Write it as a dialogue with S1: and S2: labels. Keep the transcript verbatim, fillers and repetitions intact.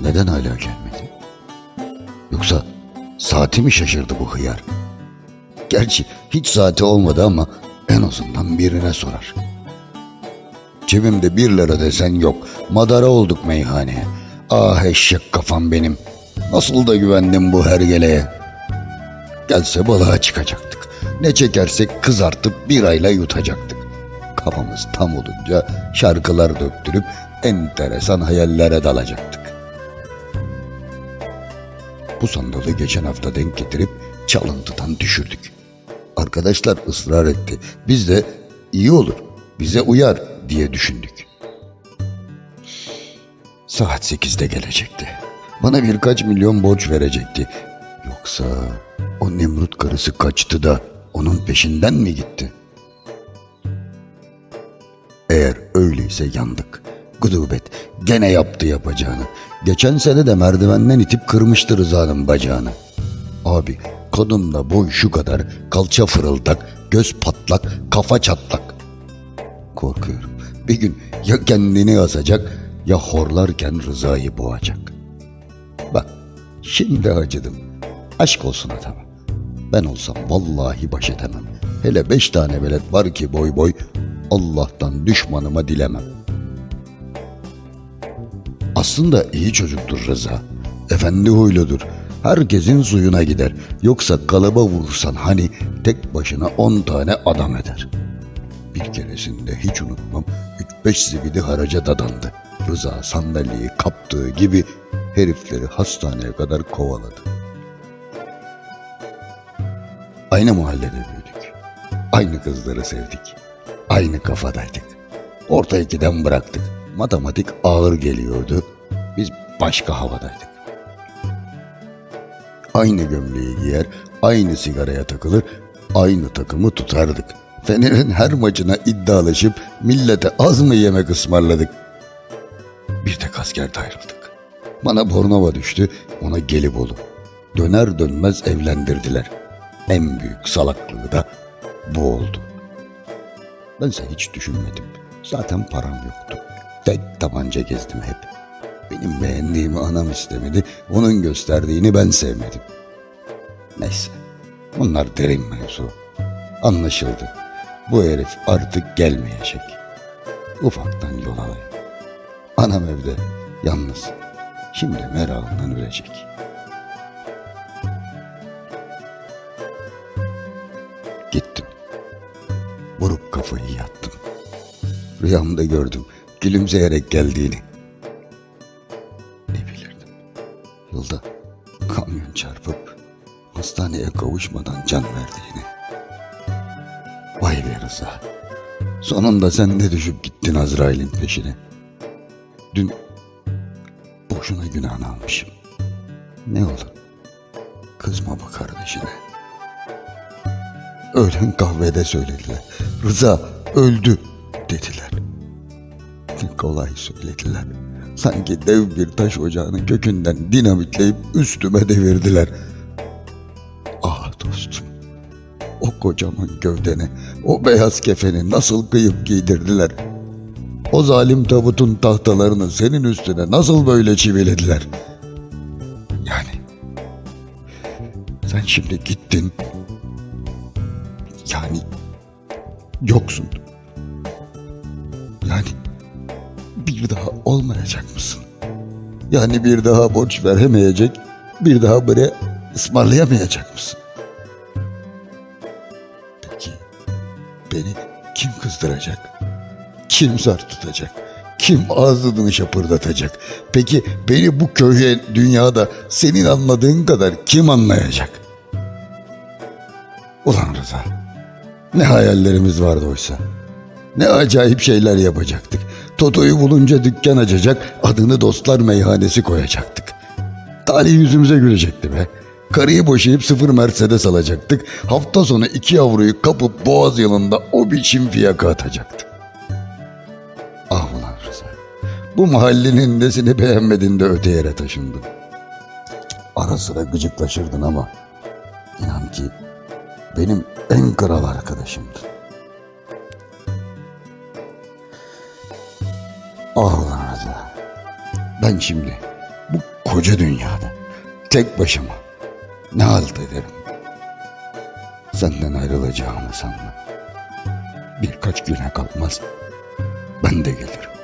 S1: Neden hala gelmedi? Yoksa saati mi şaşırdı bu hıyar? Gerçi hiç saati olmadı ama en azından birine sorar. Cebimde bir lira desen yok. Madara olduk meyhaneye. Ah eşek kafam benim. Nasıl da güvendim bu hergeleye. Gelse balığa çıkacaktık. Ne çekersek kızartıp birayla yutacaktık. Kafamız tam olunca şarkılar döktürüp enteresan hayallere dalacaktık. Bu sandalı geçen hafta denk getirip çalıntıdan düşürdük. Arkadaşlar ısrar etti. Biz de iyi olur, bize uyar diye düşündük. Saat sekizde gelecekti. Bana birkaç milyon borç verecekti. Yoksa o Nemrut karısı kaçtı da onun peşinden mi gitti? Eğer öyleyse yandık. Gudubet gene yaptı yapacağını. Geçen sene de merdivenden itip kırmıştı Rıza'nın bacağını. Abi kadınla boy şu kadar, kalça fırıldak, göz patlak, kafa çatlak. Korkuyorum bir gün ya kendini asacak ya horlarken Rıza'yı boğacak. Bak şimdi acıdım. Aşk olsun adama. Ben olsam vallahi baş edemem. Hele beş tane velet var ki boy boy, Allah'tan düşmanıma dilemem. Aslında iyi çocuktur Rıza. Efendi huyludur. Herkesin suyuna gider. Yoksa kalıba vurursan hani tek başına on tane adam eder. Bir keresinde hiç unutmam üç beş zibidi haraca dadandı. Rıza sandalyeyi kaptığı gibi herifleri hastaneye kadar kovaladı. Aynı mahallede büyüdük. Aynı kızları sevdik. Aynı kafadaydık. Orta ikiden bıraktık. Matematik ağır geliyordu. Biz başka havadaydık. Aynı gömleği giyer, aynı sigaraya takılır, aynı takımı tutardık. Fener'in her maçına iddialaşıp millete az mı yemek ısmarladık. Bir tek askerde ayrıldık. Bana Bornova düştü, ona Gelibolu. Döner dönmez evlendirdiler. En büyük salaklığı da bu oldu. Bense hiç düşünmedim. Zaten param yoktu. Tek tabanca gezdim hep. Benim beğendiğimi anam istemedi, onun gösterdiğini ben sevmedim. Neyse, bunlar derin mevzu. Anlaşıldı. Bu herif artık gelmeyecek. Ufaktan yol alayım. Anam evde, yalnız. Şimdi merakından ölecek. Gittim. Vurup kafayı yattım. Rüyamda gördüm, gülümseyerek geldiğini. Ne bilirdim. Yolda kamyon çarpıp hastaneye kavuşmadan can verdiğini. Vay be Rıza. Sonunda sen de düşüp gittin Azrail'in peşine. Dün boşuna günahını almışım. Ne olur kızma bu kardeşine. Öğlen kahvede söylediler. Rıza öldü dediler. Ne kolay söylediler. Sanki dev bir taş ocağının kökünden dinamitleyip üstüme devirdiler. Ah dostum. O kocaman gövdene, o beyaz kefeni nasıl kıyıp giydirdiler? O zalim tabutun tahtalarını senin üstüne nasıl böyle çivilediler? Yani sen şimdi gittin. Yani yoksun. Yani bir daha olmayacak mısın? Yani bir daha borç veremeyecek, bir daha bre ısmarlayamayacak mısın? Peki beni kim kızdıracak? Kim zar tutacak? Kim ağzını şapırdatacak? Peki beni bu köye dünyada senin anladığın kadar kim anlayacak? Ulan Rıza, ne hayallerimiz vardı oysa. Ne acayip şeyler yapacaktık. Toto'yu bulunca dükkan açacak, adını Dostlar Meyhanesi koyacaktık. Talih yüzümüze gülecekti be. Karıyı boşayıp sıfır Mercedes alacaktık. Hafta sonu iki yavruyu kapıp boğaz yılında o biçim fiyaka atacaktık. Ah ulan Rıza. Bu mahallenin nesini beğenmedin de öte yere taşındın. Ara sıra gıcıklaşırdın ama inan ki benim en kral arkadaşımdın. Ah ulan Rıza. Ben şimdi bu koca dünyada tek başıma ne halt ederim? Senden ayrılacağımı sanma. Birkaç güne kalmaz ben de gelirim.